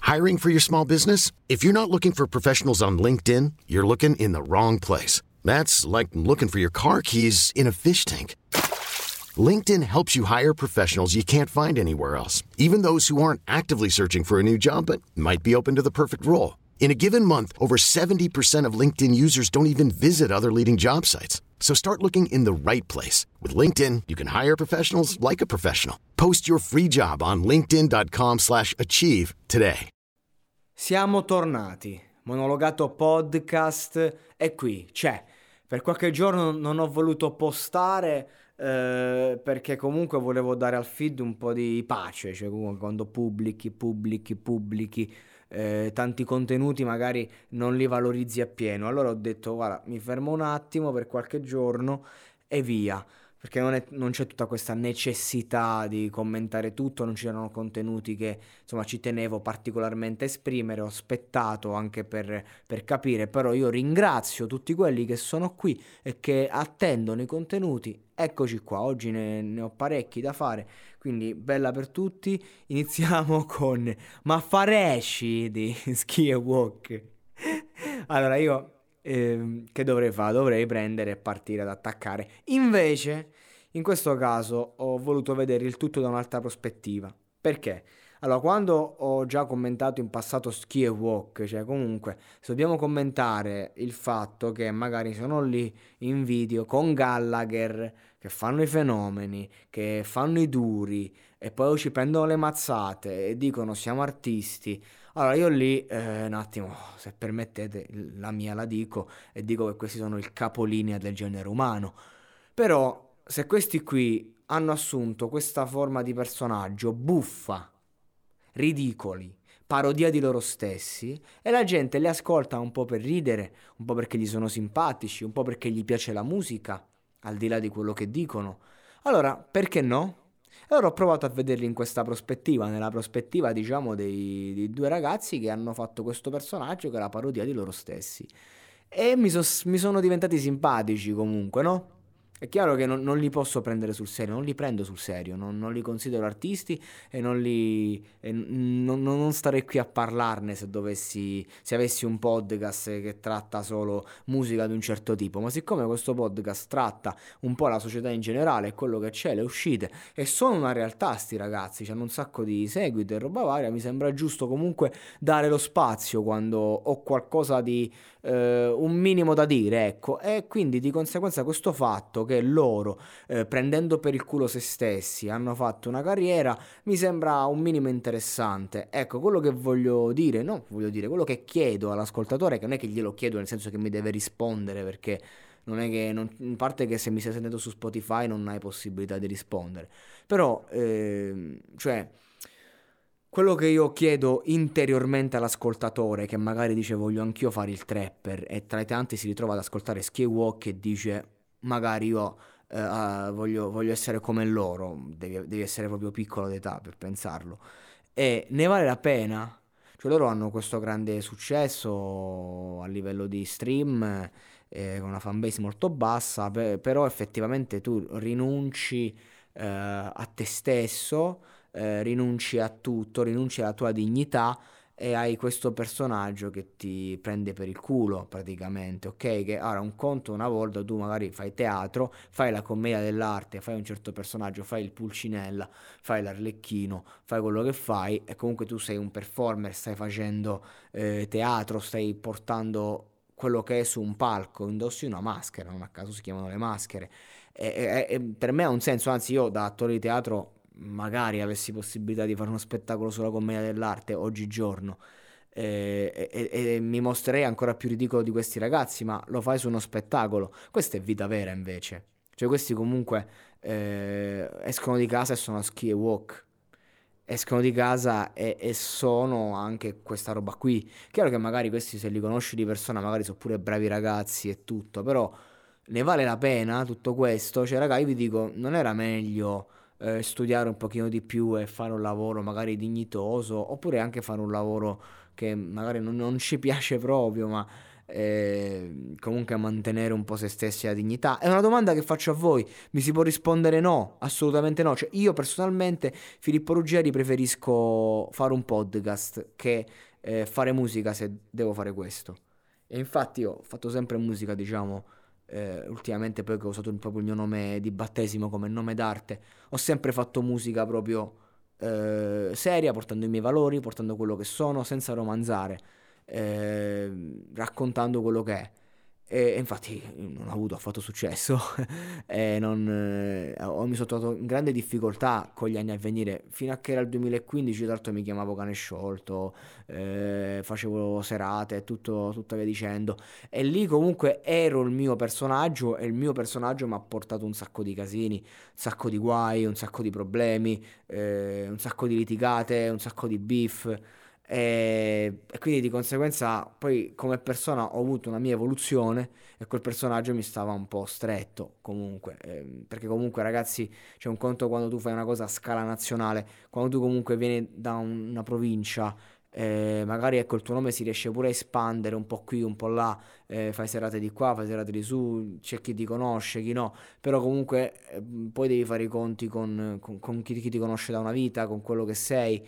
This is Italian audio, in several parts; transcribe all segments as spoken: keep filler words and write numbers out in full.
Hiring for your small business? If you're not looking for professionals on LinkedIn, you're looking in the wrong place. That's like looking for your car keys in a fish tank. LinkedIn helps you hire professionals you can't find anywhere else, even those who aren't actively searching for a new job but might be open to the perfect role. In a given month, over seventy percent of LinkedIn users don't even visit other leading job sites. So start looking in the right place. With LinkedIn, you can hire professionals like a professional. Post your free job on linkedin.com slash achieve today. Siamo tornati. Monologato Podcast è qui, c'è. Per qualche giorno non ho voluto postare eh, perché comunque volevo dare al feed un po' di pace, cioè comunque quando pubblichi, pubblichi, pubblichi eh, tanti contenuti magari non li valorizzi appieno. Allora ho detto guarda, mi fermo un attimo per qualche giorno e via, perché non, è, non c'è tutta questa necessità di commentare tutto, non c'erano contenuti che insomma ci tenevo particolarmente a esprimere, ho aspettato anche per, per capire, però io ringrazio tutti quelli che sono qui e che attendono i contenuti. Eccoci qua, oggi ne, ne ho parecchi da fare, quindi bella per tutti. Iniziamo con Ma faresci di Ski e Walk. Allora io eh, che dovrei fare? Dovrei prendere e partire ad attaccare. Invece in questo caso ho voluto vedere il tutto da un'altra prospettiva. Perché? Allora, quando ho già commentato in passato Ski e Walk, cioè comunque se dobbiamo commentare il fatto che magari sono lì in video con Gallagher che fanno i fenomeni, che fanno i duri e poi ci prendono le mazzate e dicono siamo artisti, allora io lì eh, un attimo, se permettete la mia la dico e dico che questi sono il capolinea del genere umano. Però se questi qui hanno assunto questa forma di personaggio buffa, ridicoli, parodia di loro stessi, e la gente li ascolta un po' per ridere, un po' perché gli sono simpatici, un po' perché gli piace la musica, al di là di quello che dicono, allora perché no? Allora ho provato a vederli in questa prospettiva, nella prospettiva diciamo dei, dei due ragazzi che hanno fatto questo personaggio che è la parodia di loro stessi, e mi, so, mi sono diventati simpatici comunque, no? È chiaro che non, non li posso prendere sul serio, non li prendo sul serio, non, non li considero artisti e non li e non, non starei qui a parlarne se dovessi, se avessi un podcast che tratta solo musica di un certo tipo, ma siccome questo podcast tratta un po' la società in generale, quello che c'è, le uscite, e sono una realtà sti ragazzi, hanno un sacco di seguito e roba varia, mi sembra giusto comunque dare lo spazio quando ho qualcosa di eh, un minimo da dire, ecco, e quindi di conseguenza questo fatto che loro eh, prendendo per il culo se stessi hanno fatto una carriera mi sembra un minimo interessante. Ecco, quello che voglio dire, no, voglio dire, quello che chiedo all'ascoltatore, che non è che glielo chiedo nel senso che mi deve rispondere, perché non è che, non, in parte che se mi stai sentendo su Spotify non hai possibilità di rispondere, però eh, cioè quello che io chiedo interiormente all'ascoltatore, che magari dice voglio anch'io fare il trapper, e tra i tanti si ritrova ad ascoltare Ski e Walk e dice magari io eh, ah, voglio, voglio essere come loro, devi, devi essere proprio piccolo d'età per pensarlo, e ne vale la pena? Cioè loro hanno questo grande successo a livello di stream, eh, con una fanbase molto bassa, pe- però effettivamente tu rinunci eh, a te stesso, eh, rinunci a tutto, rinunci alla tua dignità e hai questo personaggio che ti prende per il culo praticamente, ok? Che ora un conto, una volta tu magari fai teatro, fai la commedia dell'arte, fai un certo personaggio, fai il Pulcinella, fai l'Arlecchino, fai quello che fai e comunque tu sei un performer, stai facendo eh, teatro, stai portando quello che è su un palco, indossi una maschera, non a caso si chiamano le maschere, e, e- e per me ha un senso, anzi io da attore di teatro magari avessi possibilità di fare uno spettacolo sulla commedia dell'arte oggigiorno, eh, e, e- e mi mostrerei ancora più ridicolo di questi ragazzi, ma lo fai su uno spettacolo. Questa è vita vera invece, cioè questi comunque eh, escono di casa e sono a Ski e Walk, escono di casa e, e sono anche questa roba qui. Chiaro che magari questi se li conosci di persona magari sono pure bravi ragazzi e tutto, però ne vale la pena tutto questo? Cioè raga, io vi dico, non era meglio eh, studiare un pochino di più e fare un lavoro magari dignitoso, oppure anche fare un lavoro che magari non, non ci piace proprio, ma eh, comunque mantenere un po' se stessi e la dignità? È una domanda che faccio a voi, mi si può rispondere no, assolutamente no. Cioè, io personalmente, Filippo Ruggeri, preferisco fare un podcast che eh, fare musica se devo fare questo. E infatti io ho fatto sempre musica, diciamo, eh, ultimamente poi che ho usato proprio il mio nome di battesimo come nome d'arte, ho sempre fatto musica proprio eh, seria, portando i miei valori, portando quello che sono, senza romanzare, eh, raccontando quello che è. E, e infatti non ho avuto affatto successo e non, eh, ho- mi sono trovato in grande difficoltà con gli anni a venire, fino a che era il duemilaquindici, tra l'altro mi chiamavo Cane Sciolto, eh, facevo serate e tutto, tutta via dicendo. E lì comunque ero il mio personaggio e il mio personaggio mi ha portato un sacco di casini, un sacco di guai, un sacco di problemi, eh, un sacco di litigate, un sacco di beef. E, e quindi di conseguenza poi come persona ho avuto una mia evoluzione e quel personaggio mi stava un po' stretto comunque, ehm, perché comunque ragazzi c'è un conto quando tu fai una cosa a scala nazionale, quando tu comunque vieni da un- una provincia, eh, magari ecco il tuo nome si riesce pure a espandere un po' qui, un po' là, eh, fai serate di qua, fai serate di su, c'è chi ti conosce, chi no, però comunque eh, poi devi fare i conti con, con- con chi, chi ti conosce da una vita, con quello che sei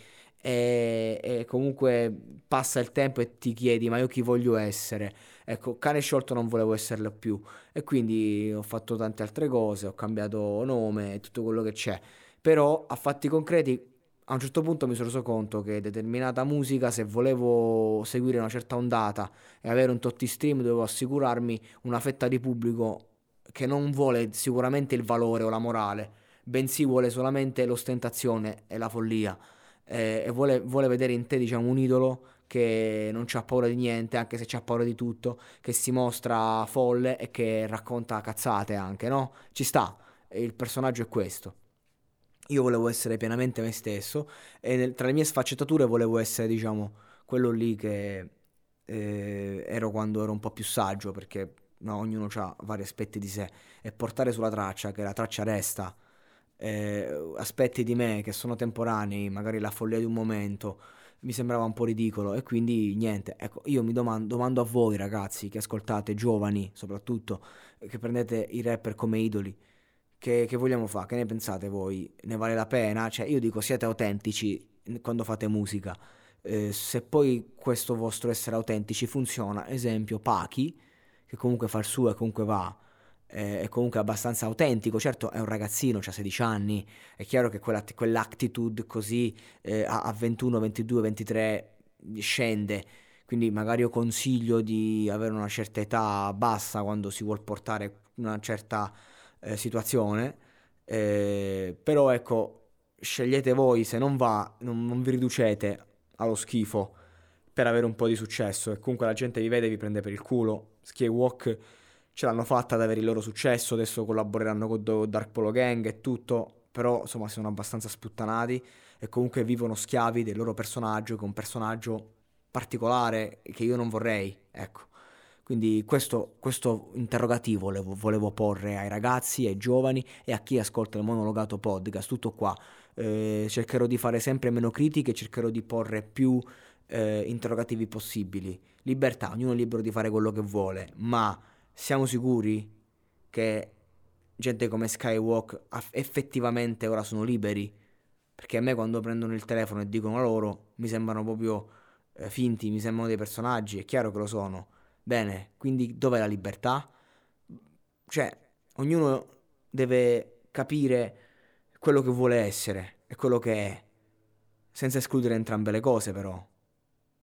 e, e comunque passa il tempo e ti chiedi ma io chi voglio essere? Ecco, Cane Sciolto non volevo esserlo più e quindi ho fatto tante altre cose, ho cambiato nome e tutto quello che c'è, però a fatti concreti a un certo punto mi sono reso conto che determinata musica, se volevo seguire una certa ondata e avere un tot di stream, dovevo assicurarmi una fetta di pubblico che non vuole sicuramente il valore o la morale, bensì vuole solamente l'ostentazione e la follia, eh, e vuole, vuole vedere in te, diciamo, un idolo che non c'ha paura di niente, anche se c'ha paura di tutto, che si mostra folle e che racconta cazzate anche, no? Ci sta, e il personaggio è questo. Io volevo essere pienamente me stesso e nel- tra le mie sfaccettature volevo essere, diciamo, quello lì che eh, ero quando ero un po' più saggio, perché no, ognuno ha vari aspetti di sé e portare sulla traccia, che la traccia resta, eh, aspetti di me che sono temporanei, magari la follia di un momento, mi sembrava un po' ridicolo e quindi niente, ecco, io mi domando, domando a voi ragazzi che ascoltate, giovani soprattutto, eh, che prendete i rapper come idoli, che, che vogliamo fare? Che ne pensate voi? Ne vale la pena? Cioè io dico siete autentici quando fate musica. Eh, se poi questo vostro essere autentici funziona, esempio Pachi, che comunque fa il suo e comunque va, eh, è comunque abbastanza autentico, certo è un ragazzino, ha sedici anni, è chiaro che quella, quell'attitude così eh, a, a ventuno, ventidue, ventitré scende, quindi magari io consiglio di avere una certa età bassa quando si vuol portare una certa eh, situazione, eh, però ecco, scegliete voi, se non va, non, non vi riducete allo schifo per avere un po' di successo e comunque la gente vi vede e vi prende per il culo. Skywalk ce l'hanno fatta ad avere il loro successo, adesso collaboreranno con Do- Dark Polo Gang e tutto, però insomma sono abbastanza sputtanati e comunque vivono schiavi del loro personaggio, che è un personaggio particolare che io non vorrei, ecco. Quindi questo, questo interrogativo volevo, volevo porre ai ragazzi, ai giovani e a chi ascolta il monologato podcast, tutto qua. Eh, cercherò di fare sempre meno critiche, cercherò di porre più eh, interrogativi possibili. Libertà, ognuno è libero di fare quello che vuole, ma siamo sicuri che gente come Skywalk aff- effettivamente ora sono liberi? Perché a me quando prendono il telefono e dicono loro mi sembrano proprio eh, finti, mi sembrano dei personaggi, è chiaro che lo sono. Bene, quindi dov'è la libertà? Cioè, ognuno deve capire quello che vuole essere e quello che è, senza escludere entrambe le cose però.